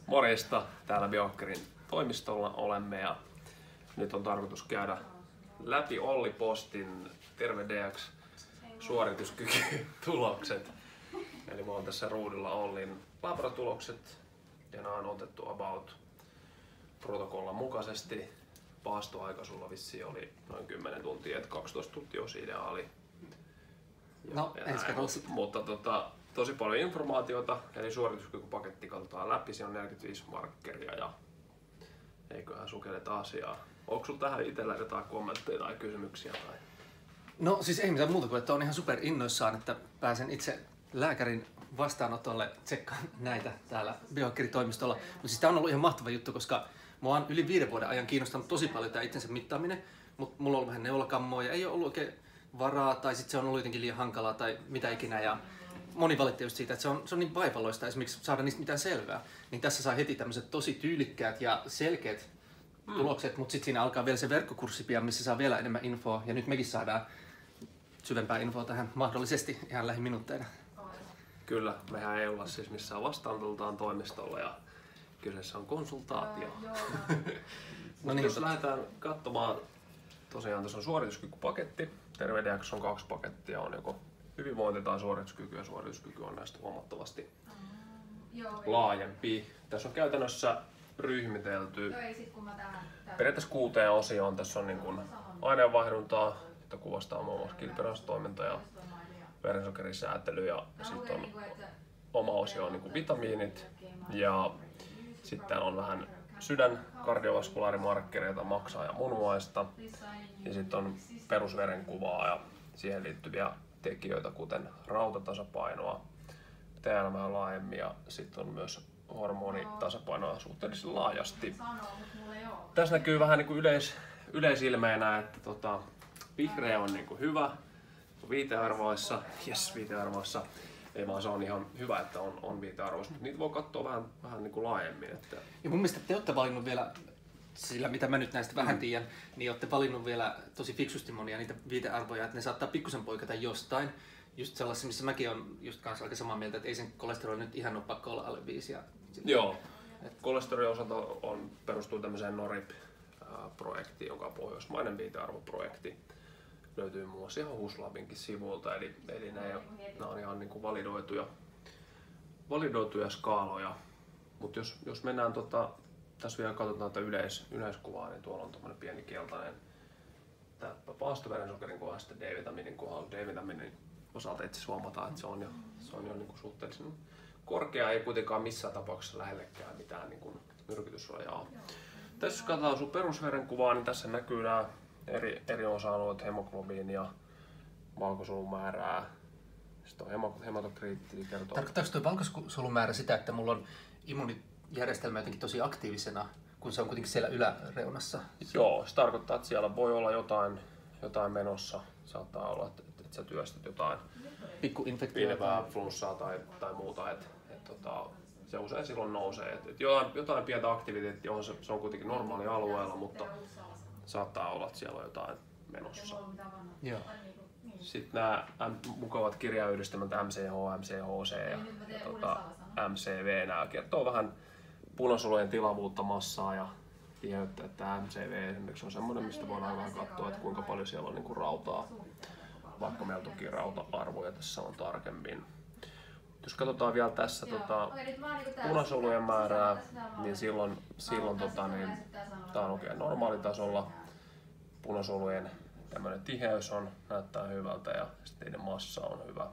Morjesta, täällä Biohakkerin toimistolla olemme ja nyt on tarkoitus käydä läpi Olli Postin Terve DX suorituskykytulokset. Eli mulla on tässä ruudulla Ollin labratulokset ja nämä on otettu about protokollan mukaisesti. Paastoaika sulla vissiin oli noin 10 tuntia, että 12 tuntia olisi ideaali. Mutta tosi paljon informaatiota, eli suorituskykypaketti katsotaan läpi, siinä on 45 markkeria ja eiköhän sukelleta asiaa. Onko sulla tähän itsellä jotain kommentteja tai kysymyksiä? Tai? No siis ei mitään muuta kuin, että on ihan super innoissaan, että pääsen itse lääkärin vastaanotolle tsekkaan näitä täällä Biohakkeritoimistolla. Mutta siis tää on ollut ihan mahtava juttu, koska mua on yli 5 vuoden ajan kiinnostanut tosi paljon tää itsensä mittaaminen, mutta mulla on ollut vähän neulakammoa ja ei ole ollut oikein varaa tai sitten se on ollut jotenkin liian hankalaa tai mitä ikinä. Ja moni valitti just siitä, että se on niin vaivalloista esimerkiksi saada niistä mitään selvää. Niin tässä saa heti tämmöiset tosi tyylikkäät ja selkeät tulokset, mutta sitten siinä alkaa vielä se verkkokurssi pian, missä saa vielä enemmän infoa. Ja nyt mekin saadaan syvempää infoa tähän mahdollisesti ihan lähiminuutteina. Kyllä, mehän ei olla siis missään vastaanotoltaan toimistolla ja kyseessä on konsultaatio. No niin, jos lähdetään katsomaan, tosiaan tässä on suorituskykypaketti. Terve DX on 2 pakettia, on joko hyvinvointi tai suorituskyky ja suorituskyky on näistä huomattavasti laajempi. Tässä on käytännössä ryhmitelty periaatteessa 6 osioon. Tässä on niin kuin aineenvaihduntaa, että kuvastaa muun muassa kilpirauhastoiminta ja verensokerisäätely ja sitten on oma osio on niin kuin vitamiinit ja sitten on vähän sydän kardiovaskulaarimarkkereita, maksaa ja munuaista ja sitten on perusverenkuvaa ja siihen liittyviä tekijöitä kuten rautatasapainoa, TNM laajemmin ja sitten on myös hormonitasapainoa suhteellisen laajasti. Tässä näkyy vähän niin kuin yleisilmeenä, että vihreä on niin kuin hyvä viitearvoissa, viitearvoissa. Ei vaan se on ihan hyvä, että on viitearvoissa, mutta niitä voi katsoa vähän niin kuin laajemmin. Että... Ja mun mielestä te olette valinnut vielä, sillä mitä mä nyt näistä vähän tiedän, niin olette valinnut vielä tosi fiksusti monia niitä viitearvoja, että ne saattaa pikkusen poikata jostain. Just sellaisessa, missä mäkin on just kanssa aika samaa mieltä, että ei sen kolesteroli nyt ihan ole pakko olla alle 5. Joo, kolesterolin osalta perustuu tämmöiseen NORIP-projektiin, joka on pohjoismainen viitearvoprojekti. Löytyy muun muassa ihan HUS-labinkin sivuilta, eli nämä on ihan niin kuin validoituja skaaloja. Mutta jos mennään, tässä vielä katsotaan tätä yleiskuvaa, niin tuolla on tämmöinen pieni keltainen paastoverensokerin kohdalla, sitten D-vitamiinin kohdalla. D-vitamiinin osalta itse huomataan, että se on jo niin kuin suhteellisen korkea, ei kuitenkaan missään tapauksessa lähellekään mitään niin kuin myrkytysrajaa. Tässä jos katsotaan sun perusverenkuvaa, niin tässä näkyy nämä eri osa-alueet, hemoglobiini ja valkosolun määrää. Sitten on hematokriitti. Tarkoittaako tuo valkosolun määrä sitä, että mulla on immuunijärjestelmä jotenkin tosi aktiivisena, kun se on kuitenkin siellä yläreunassa? Joo, se tarkoittaa, että siellä voi olla jotain menossa. Saattaa olla, että sä työstät jotain pienevää flunssaa tai muuta. Se usein silloin nousee. Jotain pientä aktiviteettia on, se on kuitenkin normaali alueella, mutta saattaa olla, että siellä on jotain menossa. Joo. Sitten nämä mukavat kirjayhdistelmät MCH, MCHC ja MCV, nämä kertoo vähän punasolujen tilavuutta, massaa ja tiheyttä, että MCV esimerkiksi on semmoinen, mistä voidaan vähän katsoa, että kuinka paljon siellä on niin kuin rautaa, vaikka meillä toki rauta-arvoja tässä on tarkemmin. Jos katsotaan vielä tässä punasolujen määrää, niin silloin tämä on oikein normaalitasolla. Punasolujen tämmöinen tiheys näyttää hyvältä ja sitten niiden massa on hyvä.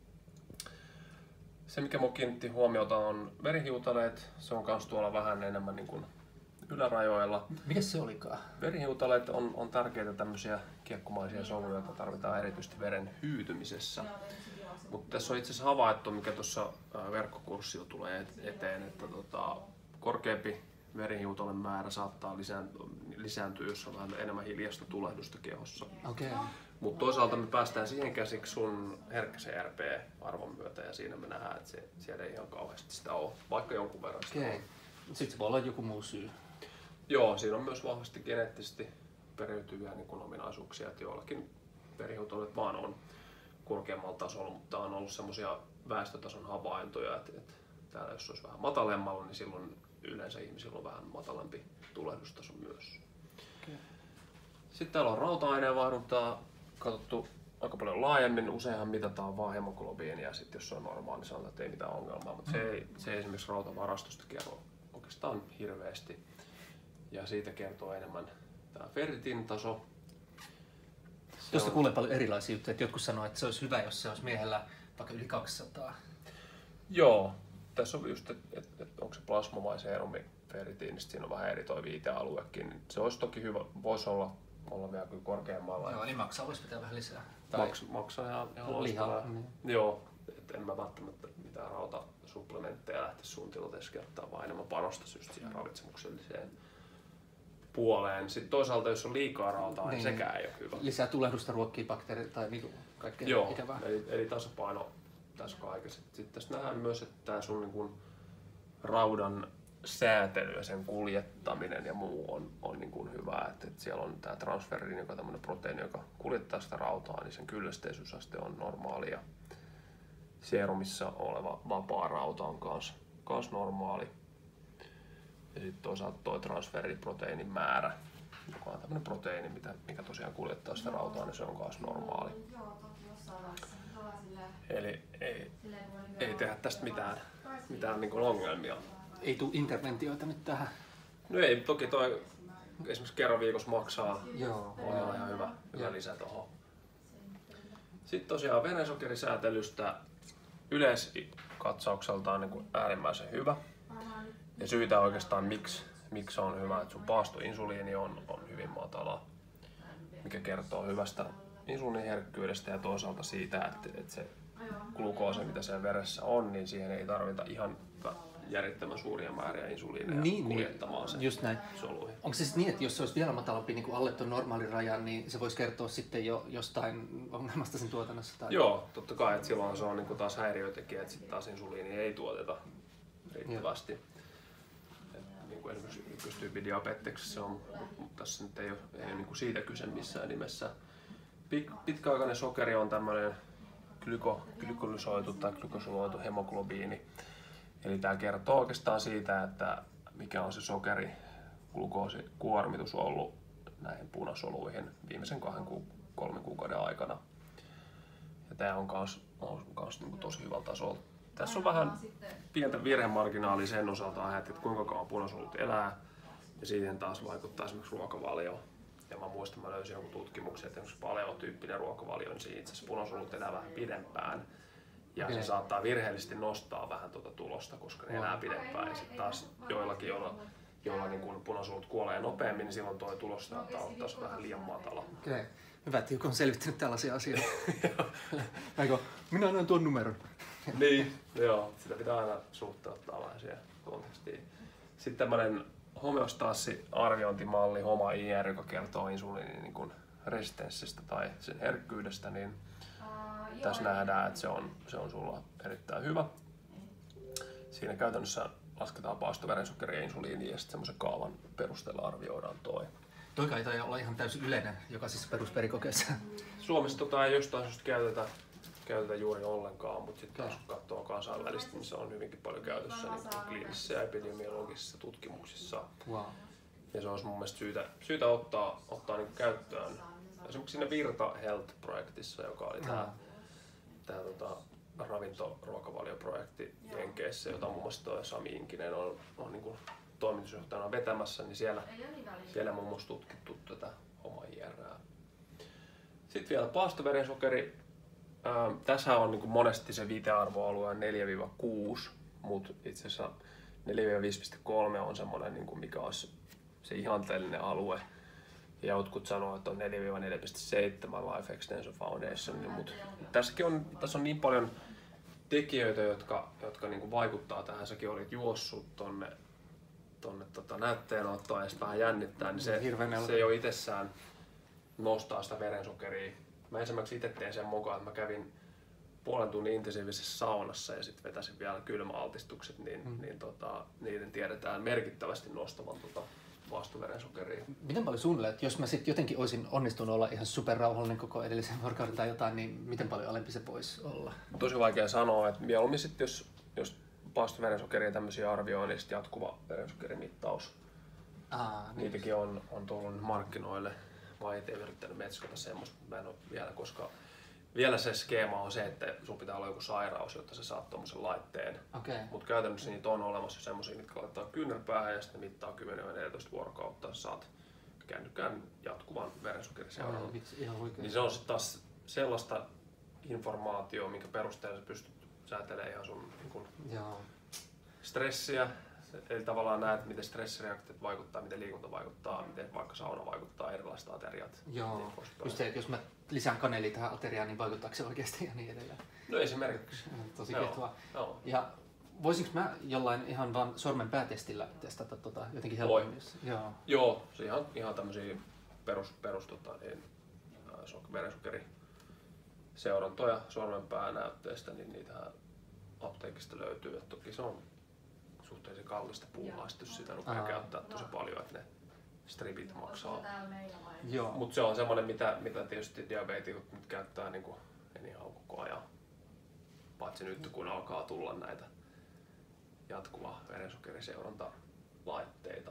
Se mikä minua kiinnitti huomiota on verihiutaleet. Se on myös tuolla vähän enemmän niin kuin ylärajoilla. Mikä se olikaan? Verihiutaleet on tärkeitä tämmöisiä kiekkumaisia soluja, joita tarvitaan erityisesti veren hyytymisessä. Mutta tässä on itse asiassa havaittu, mikä tuossa verkkokurssilla tulee eteen, että korkeampi verihiutalen määrä saattaa lisääntyä, jos on vähän enemmän hiljaista tulehdusta kehossa. Okay. Mutta toisaalta me päästään siihen käsiksi sun herkkä CRP-arvon myötä ja siinä me nähdään, että siellä ei ihan kauheasti sitä ole, vaikka jonkun verran sitä on. Sitten se voi olla joku muu syy. Joo, siinä on myös vahvasti geneettisesti periytyviä niin ominaisuuksia, että joillakin verihiutalet vaan on korkeammalla tasolla, mutta on ollut semmoisia väestötason havaintoja, että täällä jos olisi vähän matalemmalla, niin silloin yleensä ihmisillä on vähän matalampi tulehdustaso myös. Okay. Sitten täällä on rauta-aineenvaihduntaa katsottu aika paljon laajemmin. Useinhan mitataan vaan hemoglobiinia ja sitten jos se on normaali, niin sanotaan, että ei mitään ongelmaa. Mutta se ei esimerkiksi rautavarastosta kerro oikeastaan hirveästi. Ja siitä kertoo enemmän tämä ferritin taso. Tuosta kuulee paljon erilaisia juttuja, että jotkut sanoo, että se olisi hyvä, jos se olisi miehellä vaikka yli 200. Joo, tässä on just, että onko se plasma vai seerumi ferritiinistä, siinä on vähän eri toi viitealuekin. Niin se olisi toki hyvä, voisi olla vielä kyllä korkeammalla. Joo, niin maksaa voisi pitää vähän lisää. Maksaa ihan loistavaa. Joo, et en mä välttämättä mitään rautasupplementteja lähtisi sun tilanteessa käyttää, vaan enemmän panosta just siihen ravitsemukselliseen puoleen. Sitten toisaalta, jos on liikaa rautaa, niin sekään ei ole hyvä. Lisää tulehdusta, ruokkii bakteereita tai niinku kaikkea ikävää. Eli tasapaino tässä kaikessa. Sitten tässä nähdään myös, että tämä sun niin kuin raudan säätely ja sen kuljettaminen ja muu on niin kuin hyvä. Että siellä on tämä transferrin, joka on tämmöinen proteiini, joka kuljettaa sitä rautaa, niin sen kyllästeisyysaste on normaali. Ja seerumissa oleva vapaa rauta on kans normaali. Ja sitten toisaalta tuo transferiproteiinin määrä, joka on tämmöinen proteiini, mikä tosiaan kuljettaa sitä rautaa, niin se on myös normaali. Eli ei tehdä tästä mitään niin kuin ongelmia. Ei tule interventioita nyt tähän? No ei, toki toi esimerkiksi kerran viikossa maksaa. Joo. On ihan hyvä lisä tuohon. Sitten tosiaan verensokerisäätelystä yleiskatsaukseltaan niin kuin äärimmäisen hyvä. Ja syitä oikeastaan miksi on hyvä, että sun paastoinsuliini on hyvin matala, mikä kertoo hyvästä insuliiniherkkyydestä ja toisaalta siitä, että se glukoosi, mitä siellä veressä on, niin siihen ei tarvita ihan järjettömän suuria määriä insuliineja kuljettamaan sen just näin. soluihin. Onko se siis niin, että jos se olisi vielä matalampi niin kuin alle tuon normaalin rajan, niin se voisi kertoa sitten jo jostain ongelmasta sen tuotannossa? Tai... Joo, totta kai, että silloin se on niin kuin taas häiriötekijä, että sitten taas insuliini ei tuoteta riittävästi. Niin kuin esimerkiksi ykköstyypin diabeteksessä on, mutta tässä nyt ei ole niin kuin siitä kyse missään nimessä. Pitkäaikainen sokeri on tämmöinen glykolysoitu tai glykosoloitu hemoglobiini. Eli tämä kertoo oikeastaan siitä, että mikä on se sokeriglukoosi-kuormitus ollut näihin punasoluihin viimeisen 2-3 kuukauden aikana. Ja tämä on kans niin kuin tosi hyvällä tasolla. Tässä on vähän pientä virhemarginaalia sen osalta, että kuinka kauan punasolut elää ja siihen taas vaikuttaa esimerkiksi ruokavalio. Ja mä muistan, mä löysin jonkun tutkimuksen, että esimerkiksi paleotyyppinen ruokavalio, niin siinä itse asiassa punasolut elää vähän pidempään. Ja se saattaa virheellisesti nostaa vähän tuota tulosta, koska ne elää pidempään. Ja sitten taas joillakin, joilla niin kun punasolut kuolee nopeammin, niin silloin tuo tulos saattaa olla taas vähän liian matala. Okei. Hyvä, että joku on selvittänyt tällaisia asioita. Minä annan tuon numeron. Niin, joo. Sitä pitää aina suhteuttaa vähän siihen kontekstiin. Sitten tämmöinen homeostaassi-arviointimalli, HOMA-IR, joka kertoo insuliinin niin kuin resistenssistä tai sen herkkyydestä, niin tässä nähdään, että se on sulla erittäin hyvä. Siinä käytännössä lasketaan paastoverensokeri ja insuliini ja sitten semmoisen kaavan perusteella arvioidaan toi. Toi kai taitaa olla ihan täysin yleinen jokaisessa perusperikokeessa. Suomessa ei jostain syystä käytetä juuri ollenkaan, mutta sitten taas kun katsoo kansainvälisesti, niin se on hyvinkin paljon käytössä niin kliinisissä ja epidemiologisissa tutkimuksissa. Wow. Ja se olisi mun mielestä syytä ottaa niin käyttöön. Esimerkiksi siinä Virta Health-projektissa, joka oli tämä ravintoruokavalioprojekti Jenkeissä, jota muun muassa tuo Sami Inkinen on niin kuin toimitusjohtajana vetämässä, niin siellä muun muassa tutkittu tätä HOMA-IR:ää. Sitten vielä paastoverensokeri. Tässä on niin kuin monesti se viitearvoalue 4-6, mutta itse asiassa 4-5,3 on semmoinen, niin kuin mikä olisi se ihanteellinen alue. Ja jotkut sanoo, että on 4-4,7 Life Extension Foundation, mutta tässä on niin paljon tekijöitä, jotka niin kuin vaikuttaa tähän. Säkin olit juossut tonne näytteenottoon ja sitten vähän jännittää, niin se jo itsessään nostaa sitä verensokeria. Mä esimerkiksi itse tein sen mukaan, että mä kävin puolen tunnin intensiivisessä saunassa ja sitten vetäsin vielä kylmäaltistukset, niiden tiedetään merkittävästi nostavan maastoverensokeria. Miten paljon suunnilleen, että jos mä sitten jotenkin olisin onnistunut olla ihan superrauhallinen koko edellisen vuorokauden tai jotain, niin miten paljon alempi se voisi olla? Tosi vaikea sanoa, että mieluummin sitten jos paastoverensokeria ja tämmöisiä arvioinnista, jatkuva verensokerimittaus. Niin. Niitäkin on tullut markkinoille. Mä oon itse yrittänyt metskata semmoista, mutta mä en ole vielä, koska vielä se skeema on se, että sun pitää olla joku sairaus, jotta sä saat tommosen laitteen. Okay. Mutta käytännössä niitä on olemassa semmosia, mitkä laittaa kyynärpäähän ja sitten mittaa 10-14 vuorokautta. Sä saat kännykään jatkuvan verensokeriseuraavan. Niin se on sitten taas sellaista informaatiota, minkä perusteella sä pystyt säätelemään ihan sun niin kun, stressiä. Eli tavallaan näet, miten stressireaktiot vaikuttaa, miten liikunta vaikuttaa, miten vaikka sauna vaikuttaa, erilaiset ateriat. Joo, just se, että jos mä lisään kanelia tähän ateriaan, niin vaikuttaako se oikeasti ja niin edelleen? No esimerkiksi. Tosi kiehtovaa. Ja voisinko mä jollain ihan vaan sormen päätestillä testata jotenkin helpommin? Joo, se ihan tämmöisiä perus verensokeri-seurantoja sormenpäänäytteestä, niin niitähän apteekista löytyy. Et toki se on suhteellisen kallista puuhaa, jos sitä rupeaa käyttää tosi paljon, että ne stripit maksaa. Mutta se on semmoinen, mitä tietysti diabeetikot nyt käyttää niin kuin anyhow koko ajan. Paitsi nyt kun alkaa tulla näitä jatkuva verensokeriseurantalaitteita.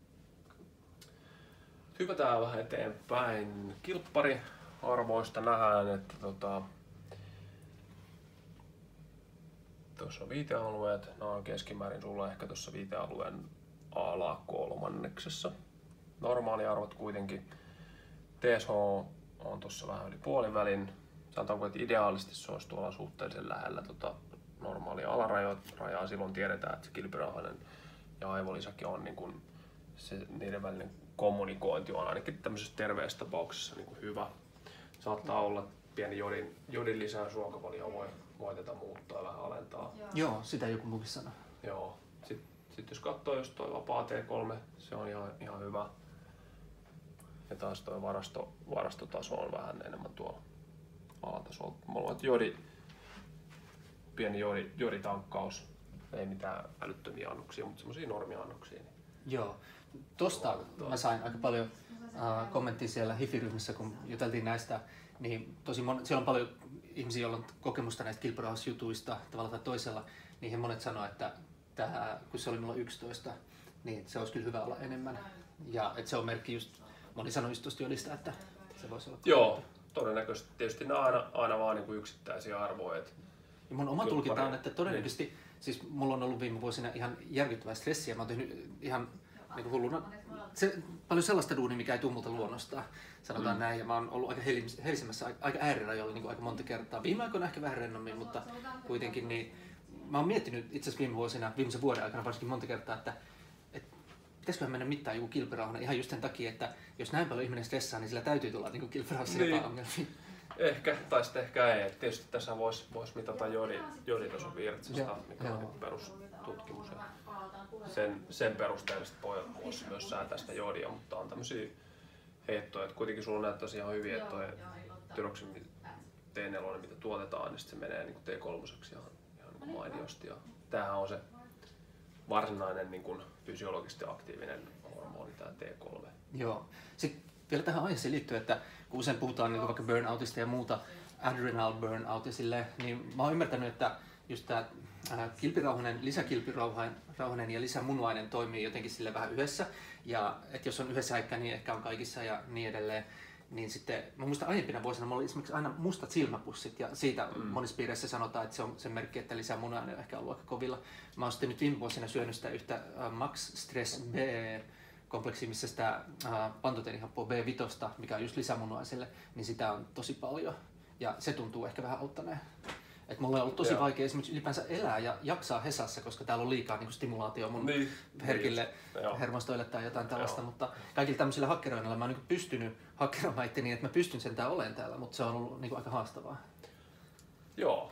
Hypätään vähän eteenpäin. Kilppariarvoista nähdään, että tuossa on viitealueet. Nämä on keskimäärin sulla ehkä tuossa viitealueen alakolmanneksessa. Normaaliarvot kuitenkin. TSH on tuossa vähän yli puolivälin. Sanotaanko, että ideaalisesti se olisi tuolla suhteellisen lähellä normaalia alarajaa. Silloin tiedetään, että se kilpirauhanen ja aivolisäkin on niin kuin niiden välinen kommunikointi on ainakin tämmöisessä terveessä tapauksessa niin kuin hyvä. Saattaa olla pieni jodin lisäys ruokavalioon voi tätä muuttaa ja vähän alentaa. Joo, sitä joku muukin sanoo. Joo. Sitten jos katsoo, jos toi vapaa T3, se on ihan hyvä. Ja taas toi varastotaso on vähän enemmän tuolla alatasolla. Mulla on pieni joditankkaus. Ei mitään älyttömiä annoksia, mutta semmosia normiannoksia. Niin. Joo. Tosta mä sain aika paljon kommenttia siellä HIFI-ryhmässä, kun juteltiin näistä. Niin siellä on paljon ihmisiä, joilla on kokemusta näistä kilpirauhasjutuista tavalla tai toisella. Niin monet sanoo, että kun se oli mulla 11, niin se olisi kyllä hyvä olla enemmän. Ja että se on merkki just, moni sanoi just tuosta jodista, että se voisi olla. Joo, todennäköisesti. Tietysti ne on aina vaan niin kuin yksittäisiä arvoja. Ja mun oma tulkinta on, että todennäköisesti, siis mulla on ollut viime vuosina ihan järkyttävää stressiä. Mä oon tehnyt ihan niin hulluna paljon sellaista duunia, mikä ei tule multa luonnostaan, sanotaan näin. Ja mä oon ollut aika helisemässä, aika äärirajoilla niin aika monta kertaa. Viime aikoina ehkä vähän rennommin, mutta kuitenkin niin. Mä oon miettinyt itse asiassa viimeisen vuoden aikana varsinkin monta kertaa, että pitäisiköhän mennä mittaan joku kilpirauhanen ihan just sen takia, että jos näin paljon ihminen stressaa, niin sillä täytyy tulla niin kilpirauhassa jotain ongelmia. Ehkä, tai sitten ehkä ei. Tietysti tässä voisi mitata joditason virtsasta, mikä on perustutkimus. Sen perusteella voisi myös säätää sitä jodia, mutta on tämmöisiä heittoja. Että kuitenkin sulla näyttäisi ihan hyvin, että toi tyroksin T4, mitä tuotetaan, niin se menee niin kuin T3 ihan niin mainiosti. Ja tämähän on se varsinainen niin kuin fysiologisesti aktiivinen hormoni, tämä T3. Joo. Sitten vielä tähän aiheeseen liittyen, että kun usein puhutaan niin vaikka burnoutista ja muuta, adrenal burnout ja silleen, niin mä oon ymmärtänyt, että just tämä lisäkilpirauhanen ja lisämunuainen toimii jotenkin sille vähän yhdessä. Ja että jos on yhdessä aikaa, niin ehkä on kaikissa ja niin edelleen. Niin sitten, mä muistan aiempina vuosina, mulla oli esimerkiksi aina mustat silmäpussit ja siitä monissa piireissä sanotaan, että se on sen merkki, että lisää munuainen on ehkä ollut aika kovilla. Mä oon sitten nyt viime vuosina syönyt sitä yhtä Max Stress B-kompleksia, missä sitä pantoteenihappoa B5, mikä on just lisämunuaiselle, niin sitä on tosi paljon ja se tuntuu ehkä vähän auttaneen. Et mulla on ollut tosi vaikea esimerkiksi ylipäänsä elää ja jaksaa Hesassa, koska täällä on liikaa niin stimulaatio mun herkille hermostoille tai jotain tällaista, mutta kaikilla tämmöisillä hakkeroinnilla mä oon niin pystynyt hakkeroimaan itteni, että mä pystyn sentään olemaan täällä, mutta se on ollut niin aika haastavaa. Joo.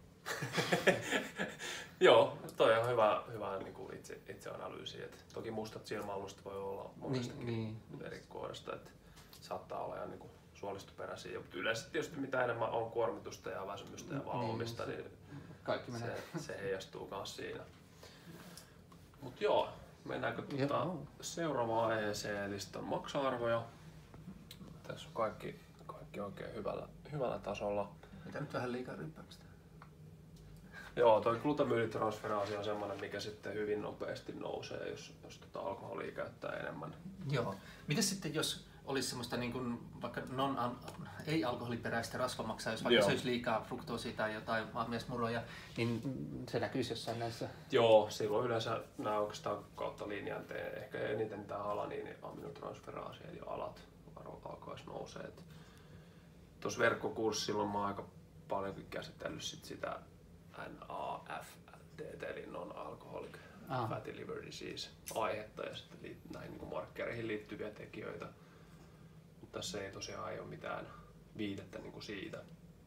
Joo, toi on hyvä niin kuin itseanalyysi. Toki mustat silmäalustat voi olla monestakin eri kohdasta, että saattaa olla ihan niin kuin suolistoperäisiä, mutta yleensä tietysti mitä enemmän on kuormitusta ja väsymystä ja valvomista, niin se heijastuu myös siinä. Mut joo, mennäänkö seuraavaan aiheeseen, eli sitten on maksa-arvoja. Tässä on kaikki oikein hyvällä tasolla. Mitä nyt vähän liikaa rympäämistä? Joo, toi glutamyynitransferaasi on semmoinen, mikä sitten hyvin nopeasti nousee, jos alkoholia käyttää enemmän. Joo. Mites sitten jos olisi semmoista niin kuin vaikka ei-alkoholiperäistä rasvamaksaa, jos vaikka söisi liikaa fruktoosia tai jotain maamiesmuroja, niin se näkyisi jossain näissä? Joo, silloin yleensä nämä oikeastaan kautta linjan ehkä eniten tämä alaniini, aminotransferaasi ja alat alkaisi nousee. Tuossa verkkokurssilla mä oon aika paljonkin käsitellyt sitä NAFLD, eli non-alcoholic fatty liver disease aihetta ja sitten näihin niin markkereihin liittyviä tekijöitä. Mutta tässä ei tosiaan ole mitään viitettä niin siitä.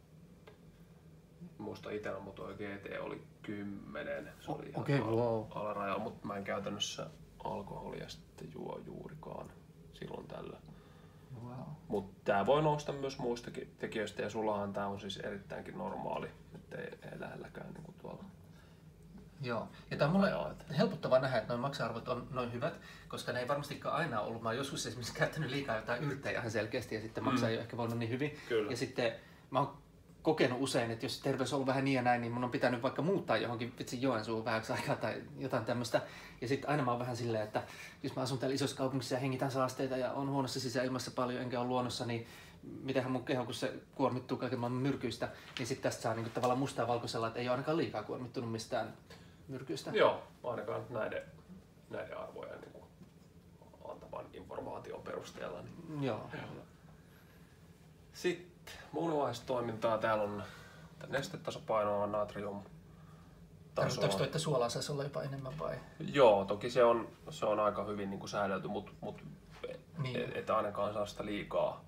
Muista itsellä mun tuo GT oli 10, se oli ihan alarajalla, mutta mä en käytännössä alkoholia sitten juo juurikaan silloin tällä. Wow. Mutta tää voi nousta myös muistakin tekijöistä ja sullahan tää on siis erittäinkin normaali, ettei lähelläkään niinku tuolla. Joo, ja tää on mulle helpottavaa nähdä, että noin maksa-arvot on noin hyvät, koska ne ei varmastikaan aina ollut. Mä oon joskus esimerkiksi käyttänyt liikaa jotain yrttejä ihan selkeästi ja sitten maksa ei ole ehkä voinut niin hyvin. Kyllä. Ja sitten mä oon kokenut usein, että jos terveys on ollut vähän niin ja näin, niin mun on pitänyt vaikka muuttaa johonkin vitsin Joensuuhun vähäksi aikaa tai jotain tämmöistä. Ja sitten aina mä oon vähän silleen, että jos mä asun täällä isossa kaupungissa ja hengitän saasteita ja on huonossa sisäilmassa paljon enkä ole luonnossa, niin mitenhän mun keho, kun se kuormittuu kaiken maailman myrkyistä, niin sitten tästä saa niinku tavallaan mustaa valkoisella, että ei ole ainakaan liikaa kuormittunut mistään myrkyistä. Joo, ainakaan näiden arvojen niin antavan informaation perusteella. Niin. Joo. Sitten muunalaistoimintaa. Täällä on nestetasapainoa, natrium. Tarkoittaako toi, että suolaa saisi olla jopa enemmän vai? Joo, toki se on aika hyvin niin kuin säädelty, mutta niin. et ainakaan saa sitä liikaa.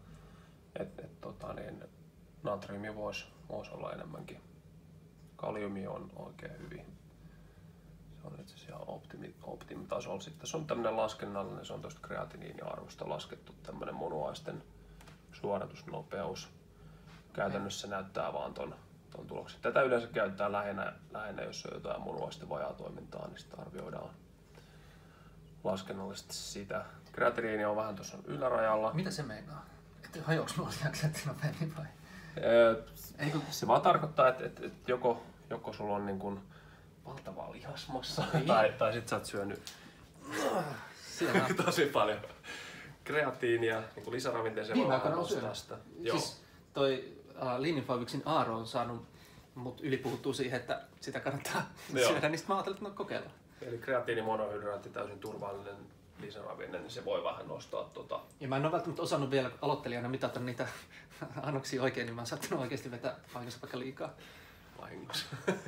Natriumi voisi olla enemmänkin. Kaliumi on oikein hyvin. Se on itse asiassa optimitasolla. Sitten se on tämmöinen laskennallinen, se on tuosta kreatiniiniarvosta laskettu tämmöinen munuaisten suoritusnopeus. Käytännössä näyttää vaan ton tuloksen. Tätä yleensä käytetään lähinnä jos on jotain munuaisten vajaatoimintaa, niin sitä arvioidaan laskennallisesti sitä. Kreatiniini on vähän tuossa ylärajalla. Mitä se meinaa? Hajoaks mulla lihaksi nopeammin vai? Se vaan tarkoittaa, että joko sulla on niin kuin valtavaa lihasmassa tai sit sä oot syönyt tosi paljon kreatiinia, niin kuin lisäravinteeseen voi vähän nostaa sitä. Siis toi Lean Fivesin Aaro on saanut mut ylipuhuttua siihen, että sitä kannattaa syödä, niin sit mä ajattelin, että kokeillaan. Eli kreatiinimonohydraatti, täysin turvallinen lisäravinne, niin se voi vähän nostaa Ja mä en ole välttämättä osannut vielä aloittelijana mitata niitä annoksia oikein, niin mä oon saattanut oikeasti vetää vahingossa vaikka liikaa. Vahingossa.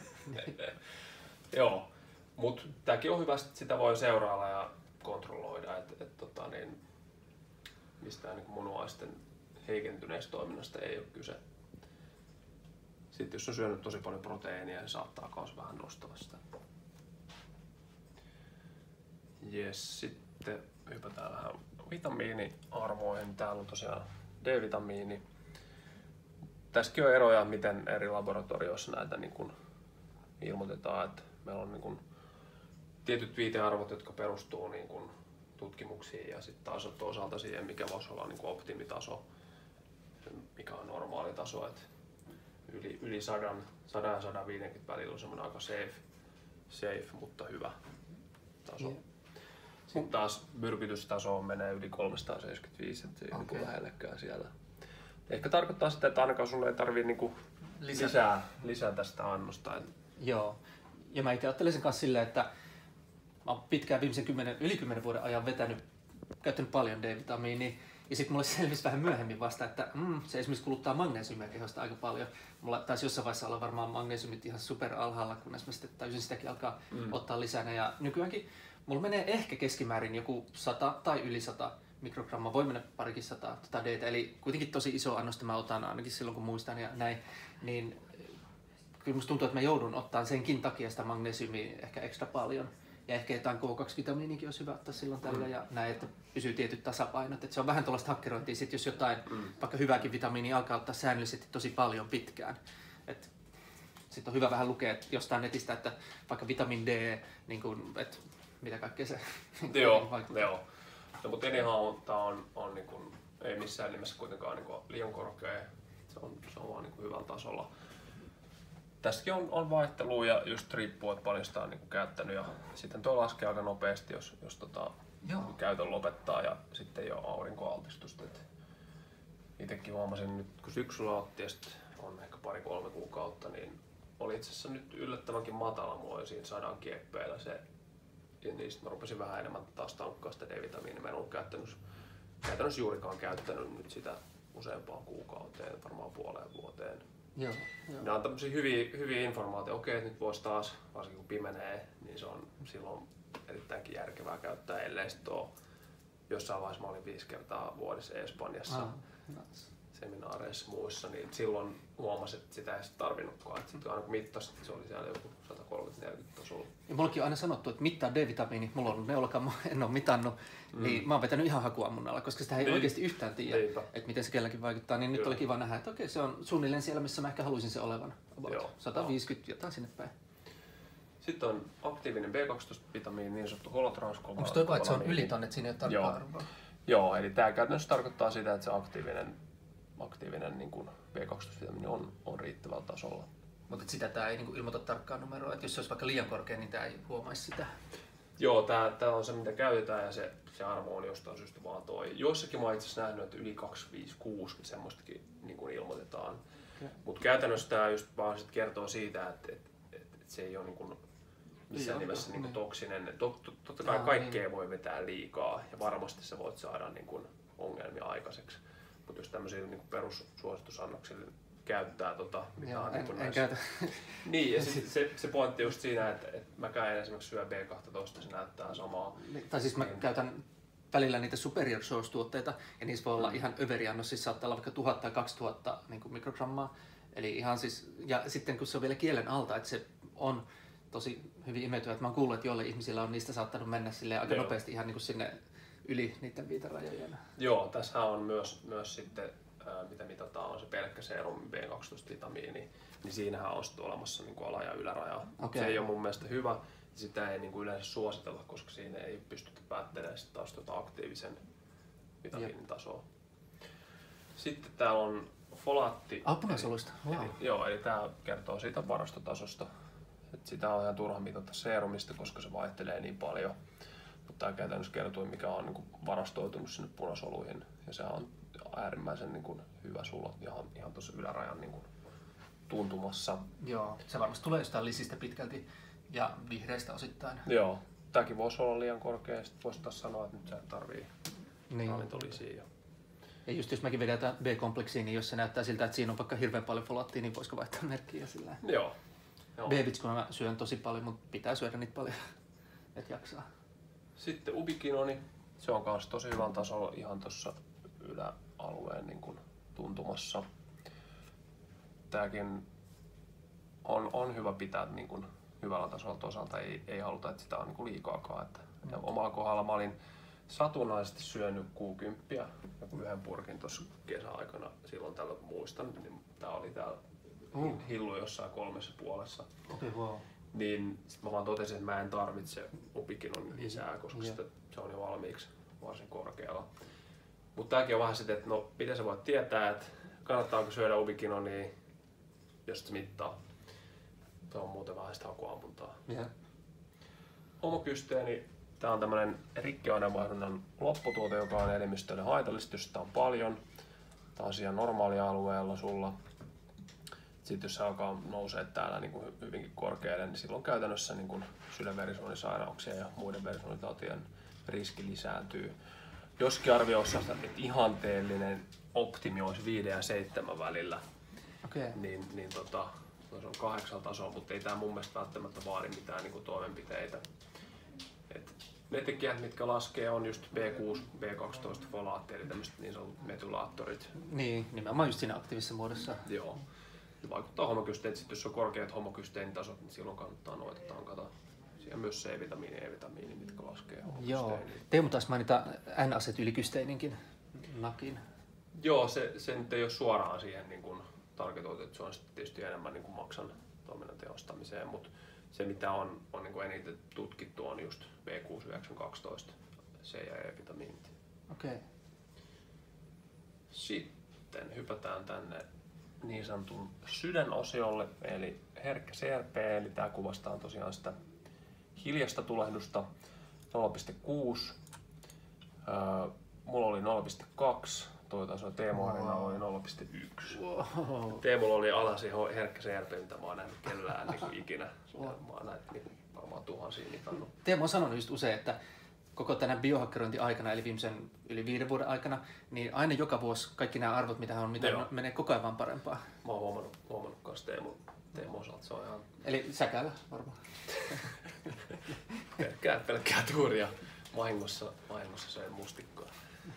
Joo, mutta tämäkin on hyvä, että sitä voi seurailla ja kontrolloida, että mistään niin munuaisten heikentyneestä toiminnasta ei ole kyse. Sitten jos on syönyt tosi paljon proteiinia, niin saattaa myös vähän nostaa sitä. Jes, sitten hypätään vähän vitamiiniarvoihin. Täällä on tosiaan D-vitamiini. Tässäkin on eroja, miten eri laboratorioissa näitä niin kuin ilmoitetaan. Että meillä on niin kuin tietyt viitearvot, jotka perustuu niin kuin tutkimuksiin ja sitten taas toisaalta siihen, mikä voisi olla niin kuin optimitaso, mikä on normaali taso. Että yli 100 ja 150 välillä on semmoinen aika safe, mutta hyvä taso. Yeah. Sitten taas myrkytystaso menee yli 375, että se ei ole lähellekään siellä. Ehkä tarkoittaa sitä, että ainakaan sulle ei tarvitse niinku lisää tästä annosta. Joo. Ja mä itse ajattelisin kanssa silleen, että mä oon pitkään viimeisen yli 10 vuoden ajan käyttänyt paljon D-vitamiinia. Ja sitten mulle selvisi vähän myöhemmin vasta, että se esimerkiksi kuluttaa magneesiumia kehosta aika paljon. Mulla taisi jossain vaiheessa olla varmaan magneesiumit ihan super alhaalla, kunnes mä sitten täysin sitäkin alkaa ottaa lisää. Ja nykyäänkin mulla menee ehkä keskimäärin joku 100 tai yli 100 mikrogrammaa, voi mennä parikin 100 D:tä, eli kuitenkin tosi iso annosta mä otan ainakin silloin kun muistan ja näin. Niin kyllä musta tuntuu, että mä joudun ottaa senkin takia sitä magneesiumia ehkä ekstra paljon. Ja ehkä jotain K2-vitamiinikin olisi hyvä ottaa silloin tällä ja näin, että pysyy tietyt tasapainot. Että se on vähän tuollaista hakkerointia, sit jos jotain vaikka hyvääkin vitamiinia alkaa ottaa säännöllisesti tosi paljon pitkään. Sitten on hyvä vähän lukea jostain netistä, että vaikka vitamin D, niin kun, että mitä kaikkea se vaikuttaa. Joo. No, mutta anyhow, tämä on niin kuin, ei missään nimessä kuitenkaan niin kuin liian korkea. Se on vaan niin kuin hyvällä tasolla. tässäkin on vaihtelua ja just riippuu, että paljon sitä on niin käyttänyt ja sitten tuo laskee aika nopeasti, jos käytön lopettaa ja sitten ei ole aurinkoaltistusta. Itsekin huomasin nyt, kun syksyllä otti ja sitten on ehkä 2-3 kuukautta, niin oli itse asiassa nyt yllättävänkin matala mulla siinä 100 kieppeillä se. Ja niistä mä rupesin vähän enemmän taas tankkaa sitä D-vitamiinia. Mä en ollut käytännössä juurikaan käyttänyt nyt sitä useampaan kuukauteen, varmaan puoleen vuoteen. Joo. Nämä on tämmöisiä hyviä informaatioita. Okei, nyt voisi taas, varsinkin kun pimenee, niin se on silloin erittäinkin järkevää käyttää, ellei sit ole. Jossain vaiheessa mä olin 5 kertaa vuodessa Espanjassa seminaareissa muissa, niin silloin huomasin, että sitä ei tarvinnutkaan. Sitten aina kun mittasin, se oli siellä joku 130-40 tasolla. Ja mullakin on aina sanottu, että mittaa D-vitamiini, mulla on neulakaan, en ole mitannut, niin mä oon vetänyt ihan hakuammunnalla, koska sitä ei oikeasti yhtään tiedä, että miten se kelläkin vaikuttaa. Niin nyt oli kiva nähdä, että okei, se on suunnilleen siellä, missä mä ehkä haluaisin se olevan. 150 jotain sinne päin. Sitten on aktiivinen B12-vitamiini, niin sanottu holotranskolamaani. Onko toi vaan, että se on yli tonne, että siinä ei ole tarkkaa arvoa? Joo, eli tämä käytännössä tarkoittaa sitä, että se aktiivinen niin kuin B12-vitamiini on riittävällä tasolla. Mutta sitä tämä ei niin ilmoita tarkkaa numeroa, että jos se olisi vaikka liian korkea, niin tämä ei huomaisi sitä. Joo, tämä on se mitä käytetään ja se arvo on jostain syystä vaan toi. Joissakin mä oon itse asiassa nähnyt, että yli 256 semmoistakin niin kuin ilmoitetaan. Mutta käytännössä tämä just vaan sit kertoo siitä, että se ei ole niin kuin missään nimessä niin kuin toksinen. Totta kai kaikkea voi vetää liikaa ja varmasti sä voit saada niin kuin ongelmia aikaiseksi. Mutta jos tämmöisillä niin perussuositusannoksilla käyttää mitä on en näissä... käytä. Niin, ja se pointti just siinä, että mäkään en esimerkiksi syö B12, se näyttää samaa. Tai siis mä käytän välillä niitä superior source-tuotteita, ja niissä voi olla ihan överiannos, siis saattaa olla vaikka 1000 tai 2000 niin kuin mikrogrammaa. Eli ihan siis, ja sitten kun se on vielä kielen alta, että se on tosi hyvin imeytyvä, että mä oon kuullut, että joille ihmisillä on niistä saattanut mennä aika nopeasti ihan niin kuin sinne yli niiden viiterajojen. Joo, tässä on myös sitten, mitä mitataan, on se pelkkä serum B12-vitamiini, niin siinähän on sitten olemassa niin kuin ala- ja yläraja. Okay. Se ei ole mun mielestä hyvä, sitä ei niin kuin yleensä suositella, koska siinä ei pystytä päättelemään sitten taas aktiivisen vitamiinin tasoa. Sitten täällä on folaatti. Punasoluista. Wow. Eli tämä kertoo siitä varastotasosta. Et sitä on ihan turha mitata serumista, koska se vaihtelee niin paljon. Mutta tämä käytännössä kertoo, mikä on niin kuin varastoitunut sinne punasoluihin. Ja se on äärimmäisen niin kuin hyvä sulla ihan tuossa ylärajan niin kuin tuntumassa. Joo, se varmasti tulee jostain lisistä pitkälti ja vihreistä osittain. Joo, tämäkin voisi olla liian korkea, sitten voisi taas sanoa, että nyt sä et tarvii ravintolisia. Ja just jos mäkin vedän B-kompleksiin, niin jos se näyttää siltä, että siinä on vaikka hirveän paljon folaattia, niin voisiko vaihtaa merkkiä sillä? Joo. B-vitskuna mä syön tosi paljon, mutta pitää syödä niitä paljon, että jaksaa. Sitten ubikinoni, se on myös tosi hyvän tasolla ihan tuossa yläalueen niin kuin tuntumassa. Tääkin on hyvä pitää niin kuin hyvällä tasolla, toisaalta ei haluta, että sitä on niin kuin liikaakaan. Ja omalla kohdalla mä olin satunnaisesti syönyt Q10, joku yhden purkin tuossa kesäaikana, silloin tällä muistan, niin tää oli täällä hillu jossain 3,5. Okay, wow. Niin sit mä vaan totesin, että mä en tarvitse ubikinonin lisää, koska se on jo valmiiksi varsin korkealla. Mutta tääkin on vähän sitten, että no miten sä voit tietää, että kannattaako syödä ubikinonia, jos se mittaa. Tuo on muuten vähän sitä hakuampuntaa. Homokysteeni, tää on tämmönen rikkiaineenvaihdunnan lopputuote, joka on elimistölle haitallista, jos sitä on paljon. Tää on siellä normaalialueella sulla. Sitten jos se alkaa nousee täällä niin kuin hyvinkin korkealle, niin silloin käytännössä niin kuin sydänverisuonisairauksien ja muiden verisuonitautien riski lisääntyy. Joskin arvioissa, että ihanteellinen optimi olisi 5 ja 7 välillä, niin se on 8 tasoa, mutta ei tämä mun mielestä välttämättä vaadi mitään niin kuin toimenpiteitä. Ne tekijät, mitkä laskee, on just B6, B12 folaatti, eli tämmöiset niin sanotut metylaattorit. Niin, nimenomaan just siinä aktiivisessa muodossa. Joo. Se vaikuttaa homokysteihin. Sitten jos on korkeat homokysteiinitasot, niin silloin kannattaa noita tankata. Siellä myös C-vitamiini ja E-vitamiini, mitkä laskee homokysteiiniin. Joo. Teemu taisi mainita N-asetyylikysteininkin nakin. Joo, se nyt ei ole suoraan siihen niin kuin tarkoitettu, että se on tietysti enemmän niin kuin maksan toiminnan tehostamiseen, mutta se mitä on niin kuin eniten tutkittu on just B6, 9, 12, C- ja E-vitamiinit. Okay. Sitten hypätään tänne niin sanotun sydänosiolle, eli herkkä CRP, eli tää kuvastaa tosiaan sitä hiljasta tulehdusta 0,6. Mulla oli 0,2. Toi taas on Teemu Arenalla oli 0,1. Wow. Teemulla oli alasin herkkä CRP, mitä mä oon nähnyt kellään niin ikinä. Mä oon näitä niin varmaan tuhansia mitannut. Teemu on sanonut just usein, että koko tänä biohakkerointi aikana, eli viimeisen yli 5 vuoden aikana, niin aina joka vuosi kaikki nämä arvot, mitä hän on mitannut, menee koko ajan vaan parempaa. Mä oon huomannut kans Teemu osalta, se on ihan... Eli säkällä varmaan. pelkkää tuuria. Vahingossa söin mustikkaa.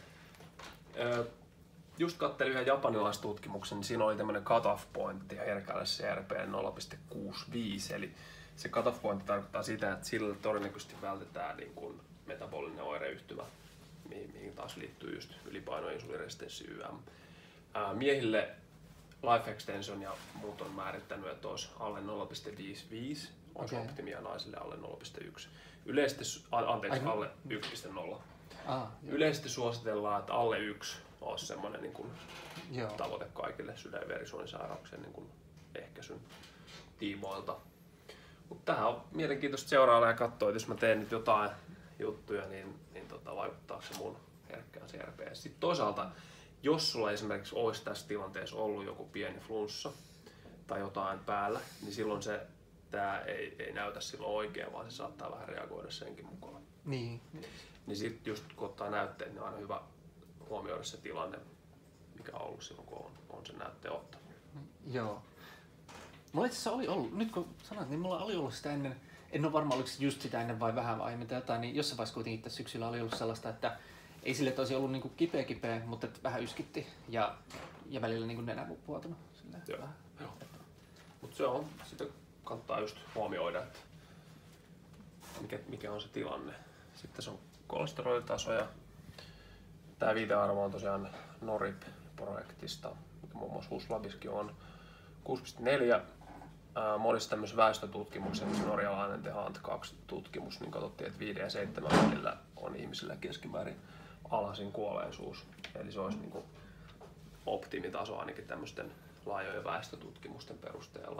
Just katselin yhden japanilaistutkimuksen, niin siinä oli tämmöinen cut-off pointti herkälle CRP 0,65. Eli se cut-off pointti tarkoittaa sitä, että sillä todennäköisesti vältetään niin kuin metabolinen oireyhtymä, mihin taas liittyy just ylipaino, insuliresistenssi YM. Miehille life extension ja muut on määrittänyt, että olisi alle 0,55 on optimia, naisille alle 0,1. Alle 1,0. Yleisesti suositellaan, että alle 1 olisi semmoinen niin kuin tavoite kaikille sydän- ja verisuonisairauksien niin kuin ehkäisyn tiimoilta. Mutta tähän on mielenkiintoista seurailla ja katsoa, että jos mä teen nyt jotain juttuja, niin vaikuttaako se mun herkkään CRP. Sitten toisaalta, jos sulla esimerkiksi olisi tässä tilanteessa ollut joku pieni flunssa tai jotain päällä, niin silloin tää ei näytä silloin oikein, vaan se saattaa vähän reagoida senkin mukaan. Niin sitten just kun ottaa näytteet, niin on aina hyvä huomioida se tilanne, mikä on ollut silloin, kun on sen näytteen ottanut. Joo. Mulla itse asiassa oli ollut, nyt kun sanoit, niin mulla oli ollut sitä ennen, en ole varma oliko just sitä ennen vai vähän aiemmin tai jotain, niin jossain vaiheessa kuitenkin tässä syksyllä oli ollut sellaista, että ei sille, että olisi ollut niinku kipeä, mutta vähän yskitti ja välillä niinku nenä vuotunut. Joo. Mutta se on, sitä kannattaa just huomioida, että mikä on se tilanne. Sitten se on kolesterolitaso ja tämä viitearvo on tosiaan NORIP-projektista, mikä muun muassa HUS-labissakin on 6,4. Monissa tämmöisissä väestötutkimuksissa, norjalainen THANT 2-tutkimus, niin katsottiin, että 5 ja 7 välillä on ihmisillä keskimäärin alhaisin kuolleisuus. Eli se olisi niin kuin optimitaso ainakin tämmöisten laajojen väestötutkimusten perusteella.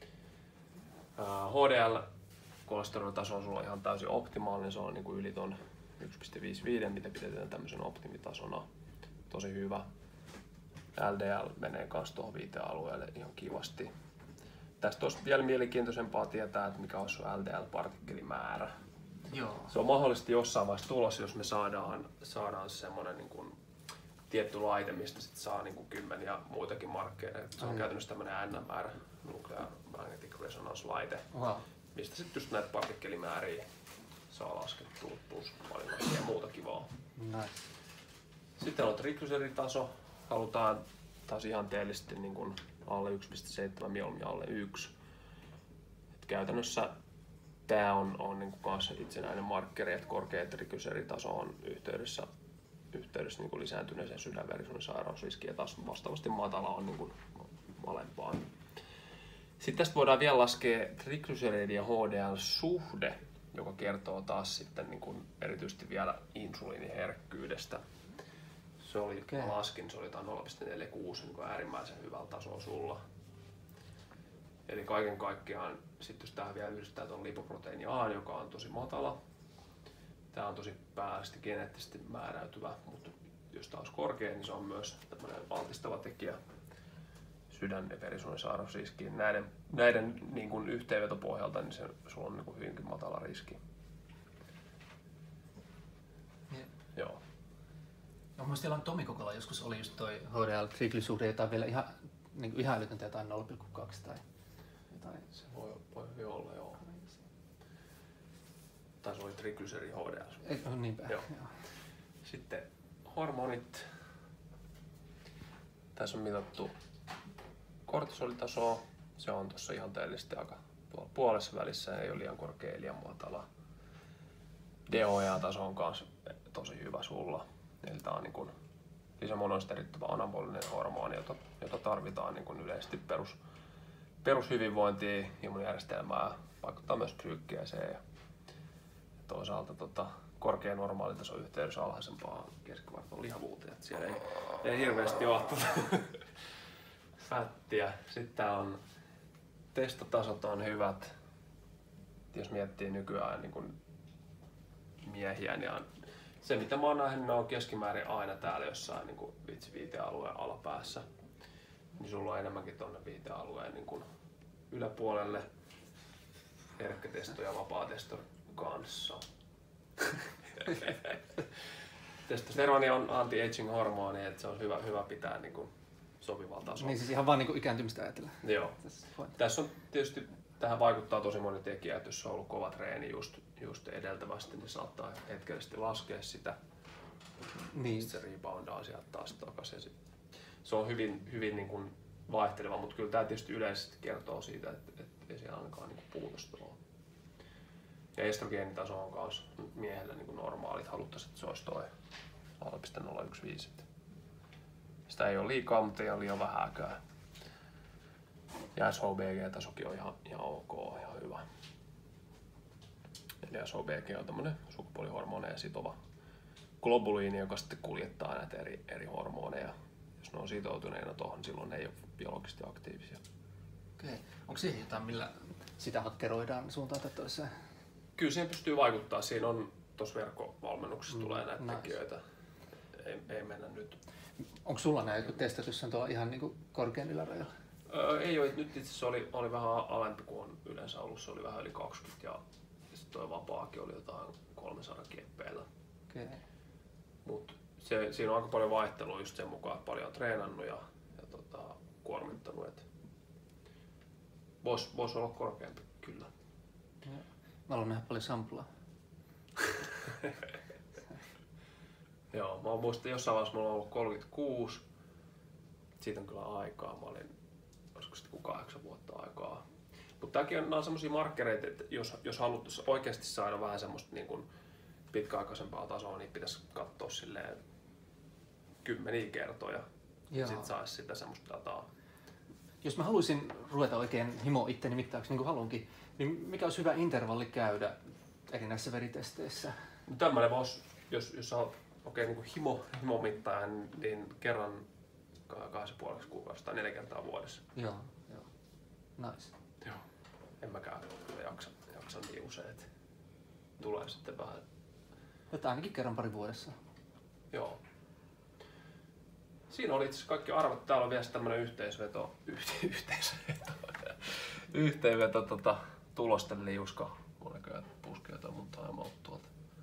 HDL-kolesterolitaso on sulla ihan täysin optimaalinen, se on niin kuin yli ton 1,55, mitä pidetään tämmöisen optimitasona. Tosi hyvä. LDL menee myös tuohon viitealueelle ihan kivasti. Tästä olisi vielä mielenkiintoisempaa tietää, että mikä olisi sun LDL-partikkelimäärä. Joo. Se on mahdollisesti jossain vaiheessa tulossa, jos me saadaan semmoinen niin kuin tietty laite, mistä sit saa niin kuin kymmeniä muitakin markkereita. Se on käytännössä tämmöinen NMR, Nuclear Magnetic Resonance-laite, mistä sitten just näitä partikkelimääriä saa laskettua, plus paljon ja muuta kivaa. Nice. Sitten on triglyceritaso. Halutaan taas ihanteellisesti niin kuin alle 1,7, mieluummin alle 1. Et käytännössä tämä on niin kuin kanssa itsenäinen markkeri, että korkea triglyceritaso on yhteydessä niin kuin lisääntyneeseen sydänverisuonisairausriskiin ja taas vastaavasti matala on niin kuin alempaan. Sitten tästä voidaan vielä laskea triglyceridin ja HDL-suhde, joka kertoo taas sitten niin kuin erityisesti vielä insuliiniherkkyydestä. Se oli, mä laskin, se oli jotain 0,46, niin äärimmäisen hyvällä tasolla sulla. Eli kaiken kaikkiaan, sit jos tähän vielä yhdistää tuon lipoproteiini A, joka on tosi matala. Tää on tosi päällisesti geneettisesti määräytyvä, mutta jos tää olisi korkea, niin se on myös tämmöinen altistava tekijä sydän- ja verisuonisairausriskiin. Näiden niin kuin yhteenvetopohjalta niin sulla on niin kuin hyvinkin matala riski. Joo. No, mun mielestä Tomi Kokola joskus oli just toi HDL-triglysuhde, jota vielä ihan älytöntä jotain 0,2 tai jotain. Se voi hyvin olla, joo. Tai se oli triglyceri HDL. Niinpä. Joo. Sitten hormonit. Tässä on mitattu kortisolitasoa. Se on tuossa ihanteellisesti aika tuolla puolessa välissä, ei ole liian korkea, ei liian matala. DHEA-taso on myös tosi hyvä sulla. Eli tämä on niin kuin lisämonoisterittävä anabolinen hormoni, jota tarvitaan niin kuin yleisesti perushyvinvointia, immuunijärjestelmää, vaikuttaa myös psyykkeeseen. Ja toisaalta korkea normaalitaso yhteydessä alhaisempaa keskivartalon lihavuuteen. Siellä ei hirveästi ole fättiä. Sitten tää on testotasot on hyvät. Jos miettii nykyään niin kuin miehiä, niin se mitä mä oon nähnyt, ne on keskimäärin aina täällä jossain niin kuin viitealueen alapäässä. Niin sulla on enemmänkin tonne viitealueen niin kuin yläpuolelle herkkätesto ja vapaatesto kanssa. Testosteroni on anti-aging hormoni, että se on hyvä pitää niin kuin sopivalla tasolla. Niin siis ihan vaan niin kuin ikääntymistä ajatella. Joo. Tässä on tietysti, tähän vaikuttaa tosi moni tekijä, että jos on ollut kova treeni just edeltävästi, niin saattaa hetkellisesti laskea sitä. Niin. Sitten se reboundaa sieltä taas takaisin. Se on hyvin niin kuin vaihteleva, mutta kyllä tämä tietysti yleisesti kertoo siitä, että ei siellä ainakaan niin kuin puutosta ole. Ja estrogeenitaso on myös miehellä niin kuin normaalit. Haluttaisiin, että se olisi toi 0,015. Sitä ei ole liikaa, mutta ei ole liian vähääkään. Ja SHBG-tasokin on ihan ok, ihan hyvä. Eli SHBG on tämmönen sukupuolihormoneja sitova globuliini, joka sitten kuljettaa näitä eri hormoneja. Jos ne on sitoutuneena tuohon, silloin ne ei ole biologisesti aktiivisia. Okei. Onko siihen jotain, millä sitä hakkeroidaan suuntaan tai toiseen? Kyllä siihen pystyy vaikuttaa. Siinä on tuossa verkkovalmennuksessa tulee näitä tekijöitä. Ei mennä nyt. Onko sulla näin, kun testatus on tuolla ihan niin kuin korkean ylärajalla? Ei ole. Nyt itse asiassa oli vähän alempi kuin on yleensä ollut. Se oli vähän yli 20 ja sitten tuo vapaakin oli jotain 300 kieppeillä. Okay. Mut siinä on aika paljon vaihtelua just sen mukaan, että paljon on treenannut ja kuormittanut. Vois olla korkeampi, kyllä. Ja. Mä haluan nähdä paljon samplaa. Joo, mä muistan jossain vaiheessa mulla on ollut 36. Siitä on kyllä aikaa. Mä olin, olisiko sitten 8 vuotta aikaa. Mutta nämä on semmosia markkereita, että jos haluttaisiin oikeasti saada vähän semmoista niin kuin pitkäaikaisempaa tasoa, niin pitäisi katsoa silleen 10 kertoja. Ja sit saisi sitä semmoista dataa. Jos mä haluaisin ruveta oikein himo itteni mittaaksi, niin kuin haluankin, niin mikä olisi hyvä intervalli käydä eri näissä veritesteissä? No tämmöinen voisi, jos sä oot niin kuin himomittaaja, niin kerran 2,5 kuukaudessa tai 4 kertaa vuodessa. Joo. Nice. Joo. En mäkään jaksa niin usein, että tulee sitten vähän. Jotain ainakin kerran pari vuodessa. Joo. Siinä oli itse asiassa kaikki arvot. Täällä on vielä tämmönen yhteenveto tulosten liuska. Mulla näköjään puskee jotain mun timeout tuolta.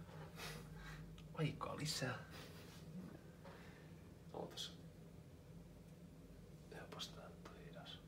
Aikaa lisää. Ootas. Jopas tää nyt on hidas.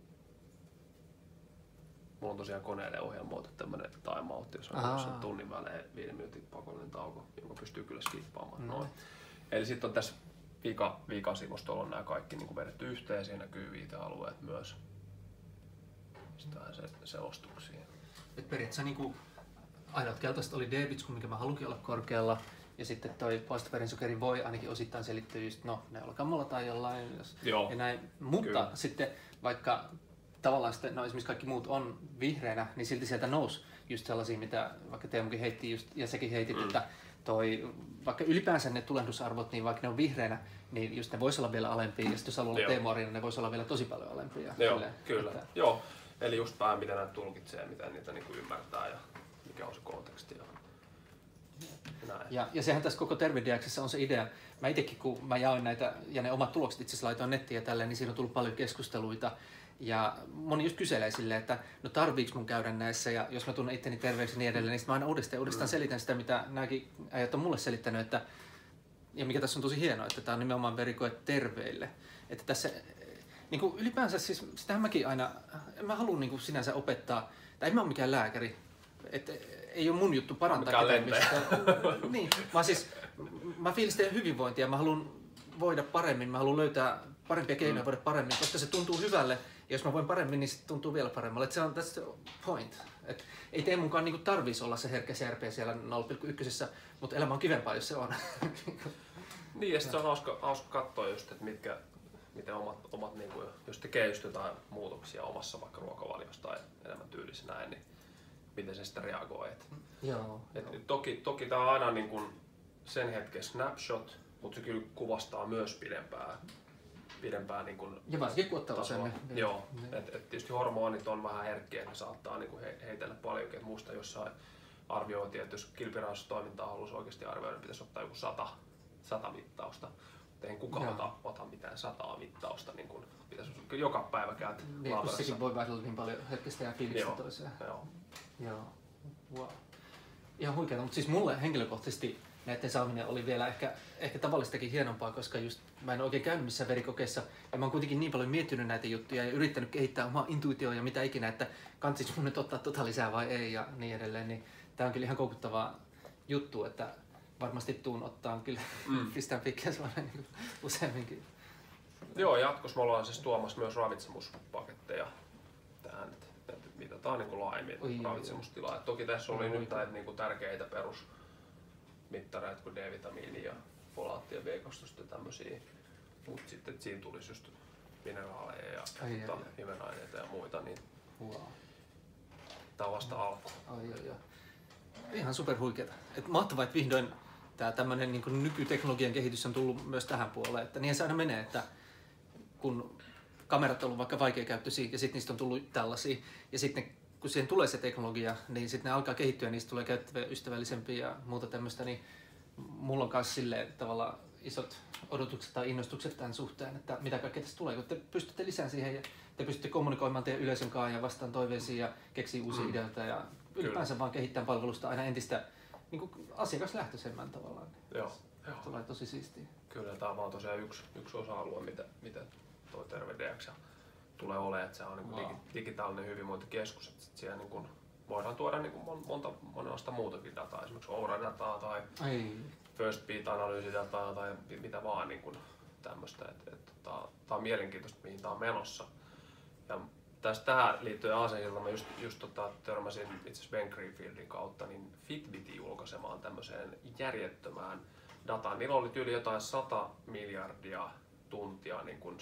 Mulla on tosiaan koneelle ohjelmoitu tämmönen timeout, jos on tunnin välein 5 minuutin pakollinen tauko, jonka pystyy kyllä skippaamaan. Noin. Eli sitten on tässä viikasivustolla on nämä kaikki niin vedetty yhteen ja siinä näkyy viitealueet myös. Sitten se selostuksiin. Et periaatteessa niin ainoat keltaiset oli D-vitskun, mikä mä haluankin olla korkealla. Ja sitten toi poistoverensokeri voi ainakin osittain selittyä just neulakammalla tai jollain. Ja näin. Mutta kyllä. Sitten vaikka tavallaan sitten, esimerkiksi kaikki muut on vihreänä, niin silti sieltä nousi just sellaisia, mitä vaikka Teemukin heitti just, ja sekin heitit, että vaikka ylipäänsä ne tulehdusarvot, niin vaikka ne on vihreänä, niin just ne voisi olla vielä alempia, ja sitten jos haluaa olla Teemu-arina, ne voisi olla vielä tosi paljon alempia. Joo, kyllä. Joo. Eli just vähän mitä näitä tulkitsee, mitä niitä niinku ymmärtää ja mikä on se konteksti. Ja sehän tässä koko Tervediaksessa on se idea. Mä itsekin, kun mä jaoin näitä ja ne omat tulokset itse asiassa laitoin nettiin ja tälleen, niin siinä on tullut paljon keskusteluita. Ja moni just kyselee silleen, että no tarviiks mun käydä näissä ja jos mä tunnen itteni terveeksi ja niin edelleen, niin mä aina uudestaan selitän sitä, mitä nämäkin äijät on mulle selittänyt, että ja mikä tässä on tosi hienoa, että tää on nimenomaan verikoe terveille. Että tässä niin kuin ylipäänsä siis, sitähän mäkin aina, mä haluan niin kuin sinänsä opettaa, tai en mä ole mikään lääkäri, että ei ole mun juttu parantaa ketään mistä. Niin, mä fiilistelen hyvinvointia, mä haluan voida paremmin, mä haluan löytää parempia keinoja voida paremmin, koska se tuntuu hyvälle, ja jos mä voin paremmin, niin se tuntuu vielä paremmalle. Että se on that's the point. Et ei Teemunkaan niinku tarvitsisi olla se herkkä CRP siellä 0,1, mutta elämä on kivempaa, jos se on. Niin, ja sitten se on hauska katsoa just, että miten omat niinku, jos tekee just jotain muutoksia omassa vaikka ruokavaliossa tai elämäntyylissä näin, niin miten se sitten reagoi. Joo. Toki tää on aina niin kuin sen hetken snapshot, mutta se kyllä kuvastaa myös pidempään niin kuin ja varsinkin kun ottaa useammin. Joo, että tietysti hormonit on vähän herkkiä, että ne saattaa niin kuin heitellä paljonkin. Et muista jossain arvioitiin, että jos kilpirauhastoimintaa haluaisi oikeasti arvioida, niin pitäisi ottaa joku 100 mittausta. Ei kukaan ota mitään 100 mittausta, niin kuin pitäisi joka päivä käytä laavarassa. Sekin voi vaihdella niin paljon hetkestä ja fiilistä toiseen. Joo. Wow. Ihan huikeeta, mutta siis mulle henkilökohtaisesti näiden saaminen oli vielä ehkä tavallistakin hienompaa, koska just mä en oikein käynyt missään verikokeissa ja mä oon kuitenkin niin paljon miettinyt näitä juttuja ja yrittänyt kehittää omaa intuitioa ja mitä ikinä, että kansis mun nyt ottaa lisää vai ei ja niin edelleen, niin tää on kyllä ihan koukuttava juttu, että varmasti tuun ottaa kyllä pistään pikkiä suoraan niin useamminkin. Joo, jatkossa me ollaan siis tuomassa myös ravitsemuspaketteja tähän, että mitataan niin laajemmin ravitsemustilaa. Toki tässä oli nyt näitä niin tärkeitä perusmittareita kuin D-vitamiini ja folaatti ja B12 ja tämmöisiä, mutta sitten siinä tulisi just mineraaleja ja hivenaineita ja muita, niin tää on vasta alku. Ihan superhuikeeta. Mahtavaa, että vihdoin tämä tämmöinen niin nykyteknologian kehitys on tullut myös tähän puoleen. Että niinhän se aina menee, että kun kamerat on ollut vaikka vaikeakäyttöisiä ja sitten niistä on tullut tällaisia ja sitten kun siihen tulee se teknologia, niin sitten ne alkaa kehittyä ja niistä tulee käyttäjäystävällisempiä ja muuta tämmöistä, niin mulla on myös silleen tavallaan isot odotukset tai innostukset tämän suhteen, että mitä kaikkea tästä tulee, kun te pystytte lisään siihen ja te pystytte kommunikoimaan teidän yleisön kanssa ja vastaan toiveisiin ja keksii uusia ideoita ja ylipäänsä vaan kehittämään palvelusta aina entistä niin kuin asiakaslähtöisemmän tavallaan. Joo. Tulee tosi siistiä. Kyllä, tämä on vaan tosiaan yksi osa-alue, mitä tuo TerveDX tulee olemaan, että se on niin digitaalinen hyvinvointikeskus, että siellä niin kuin voidaan tuoda niin kuin monenlaista muutakin dataa, esimerkiksi Oura-dataa tai First Beat-analyysidataa tai mitä vaan niin kuin tämmöistä. Tämä on mielenkiintoista, mihin tämä on menossa. Ja tähän liittyen asiaan, mä just törmäsin itse asiassa Ben Greenfieldin kautta niin Fitbitin julkaisemaan tämmöiseen järjettömään dataan. Niillä oli yli jotain 100 miljardia tuntia niin kuin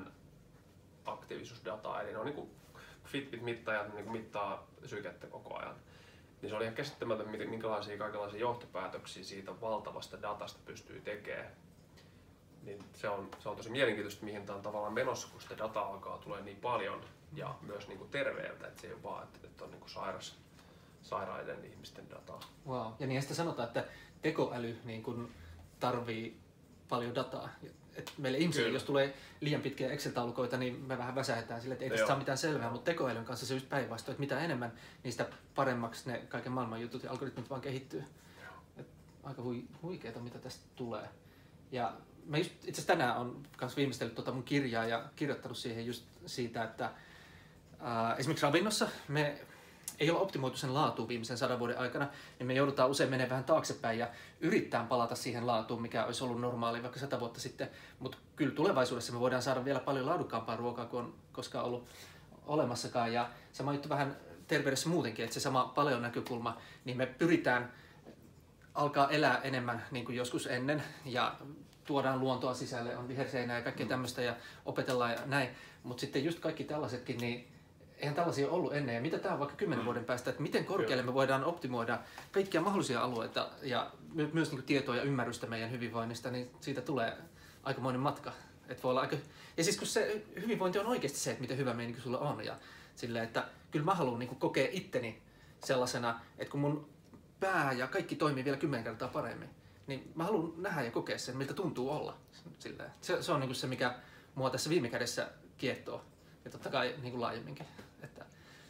sydänaktiivisuusdataa, eli ne on niin kuin Fitbit-mittajat niin kuin mittaa sykettä koko ajan. Niin se oli ihan käsittämätön, minkälaisia kaikenlaisia johtopäätöksiä siitä valtavasta datasta pystyy tekemään. Niin se on tosi mielenkiintoista, mihin tämä on tavallaan menossa, kun sitä dataa alkaa tulee niin paljon ja myös niin kuin terveeltä, että se ei ole vaan, että on niin kuin sairaiden ihmisten dataa. Wow. Ja niin sitä sanotaan, että tekoäly niin kuin tarvii paljon dataa. Et meille ihmisille, jos tulee liian pitkiä Excel-taulukoita, niin me vähän väsähetään sille, että ei tästä saa mitään selvää, mutta tekoälyn kanssa se just päinvastoin, että mitä enemmän, niin sitä paremmaksi ne kaiken maailman jutut ja algoritmit vaan kehittyy. Et aika huikeeta, mitä tästä tulee. Ja mä just itse asiassa tänään on myös viimeistellyt mun kirjaa ja kirjoittanut siihen just siitä, että esimerkiksi ravinnossa me ei ole optimoitu sen laatuun viimeisen 100 vuoden aikana, niin me joudutaan usein menemään vähän taaksepäin ja yrittää palata siihen laatuun, mikä olisi ollut normaali vaikka 100 vuotta sitten. Mutta kyllä tulevaisuudessa me voidaan saada vielä paljon laadukkaampaa ruokaa kuin on koskaan ollut olemassakaan. Ja sama juttu vähän terveydessä muutenkin, että se sama paljon näkökulma, niin me pyritään alkaa elää enemmän niin kuin joskus ennen ja tuodaan luontoa sisälle, on viherseinää ja kaikkea tämmöistä ja opetellaan ja näin. Mutta sitten just kaikki tällaisetkin, niin eihän tällaisia ollut ennen. Ja mitä tämä on vaikka 10 vuoden päästä, että miten korkealle me voidaan optimoida kaikkia mahdollisia alueita ja myös niin kuin tietoa ja ymmärrystä meidän hyvinvoinnista, niin siitä tulee aikamoinen matka. Et voi olla aika... Ja siis kun se hyvinvointi on oikeasti se, että miten hyvä meininki sulla on. Ja silleen, että kyllä mä haluan niin kuin kokea itteni sellaisena, että kun mun pää ja kaikki toimii vielä 10 kertaa paremmin, niin mä haluan nähdä ja kokea sen, miltä tuntuu olla. Silleen. Se on niin kuin se, mikä mua tässä viime kädessä kiehtoo. Ja totta kai niin kuin laajemminkin. Että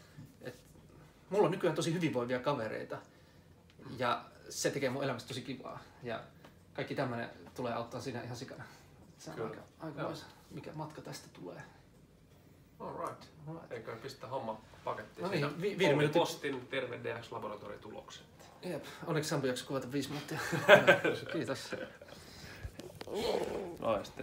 mulla on nykyään tosi hyvinvoivia kavereita ja se tekee mun elämästä tosi kivaa. Ja kaikki tämmöinen tulee auttaa siinä ihan sikana. Se on aika mikä matka tästä tulee. Alright. Eikö pistä homma pakettiin? No niin, Olli Postin TerveDX-laboratoritulokset. Jep, onneksi Sampo jakso kuvata 5 minuuttia. Kiitos. No sitten